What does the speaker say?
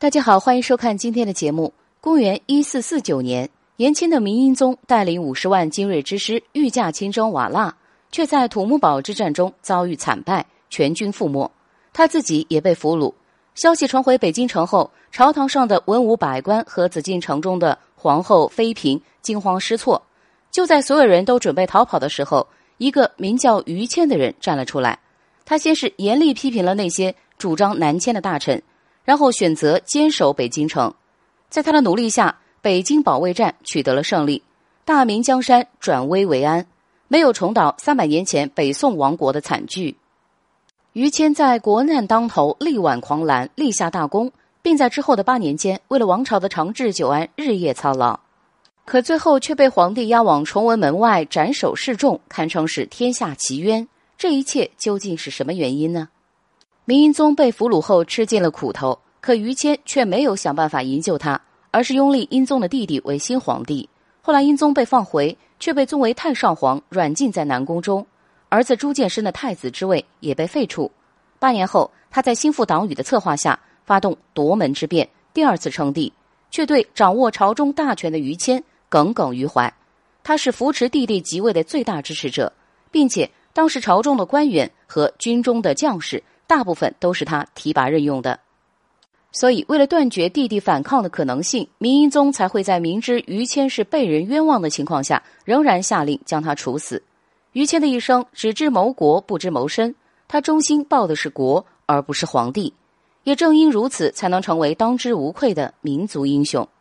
大家好，欢迎收看今天的节目。公元1449年，延庆的明英宗带领50万精锐之师御驾亲征瓦剌，却在土木堡之战中遭遇惨败，全军覆没。他自己也被俘虏。消息传回北京城后，朝堂上的文武百官和紫禁城中的皇后、妃嫔惊慌失措。就在所有人都准备逃跑的时候，一个名叫于谦的人站了出来。他先是严厉批评了那些主张南迁的大臣，然后选择坚守北京城。在他的努力下，北京保卫战取得了胜利，大明江山转危为安，没有重蹈300年前北宋亡国的惨剧。于谦在国难当头力挽狂澜，立下大功，并在之后的8年间为了王朝的长治久安日夜操劳，可最后却被皇帝押往崇文门外斩首示众，堪称是天下奇冤。这一切究竟是什么原因呢？明英宗被俘虏后吃尽了苦头，可于谦却没有想办法营救他，而是拥立英宗的弟弟为新皇帝。后来英宗被放回，却被尊为太上皇，软禁在南宫中。儿子朱见深的太子之位也被废黜。8年后，他在心腹党羽的策划下发动夺门之变，第2次称帝，却对掌握朝中大权的于谦耿耿于怀。他是扶持弟弟即位的最大支持者，并且当时朝中的官员和军中的将士大部分都是他提拔任用的。所以为了断绝弟弟反抗的可能性，明英宗才会在明知于谦是被人冤枉的情况下，仍然下令将他处死。于谦的一生只知谋国不知谋身，他忠心报的是国而不是皇帝，也正因如此才能成为当之无愧的民族英雄。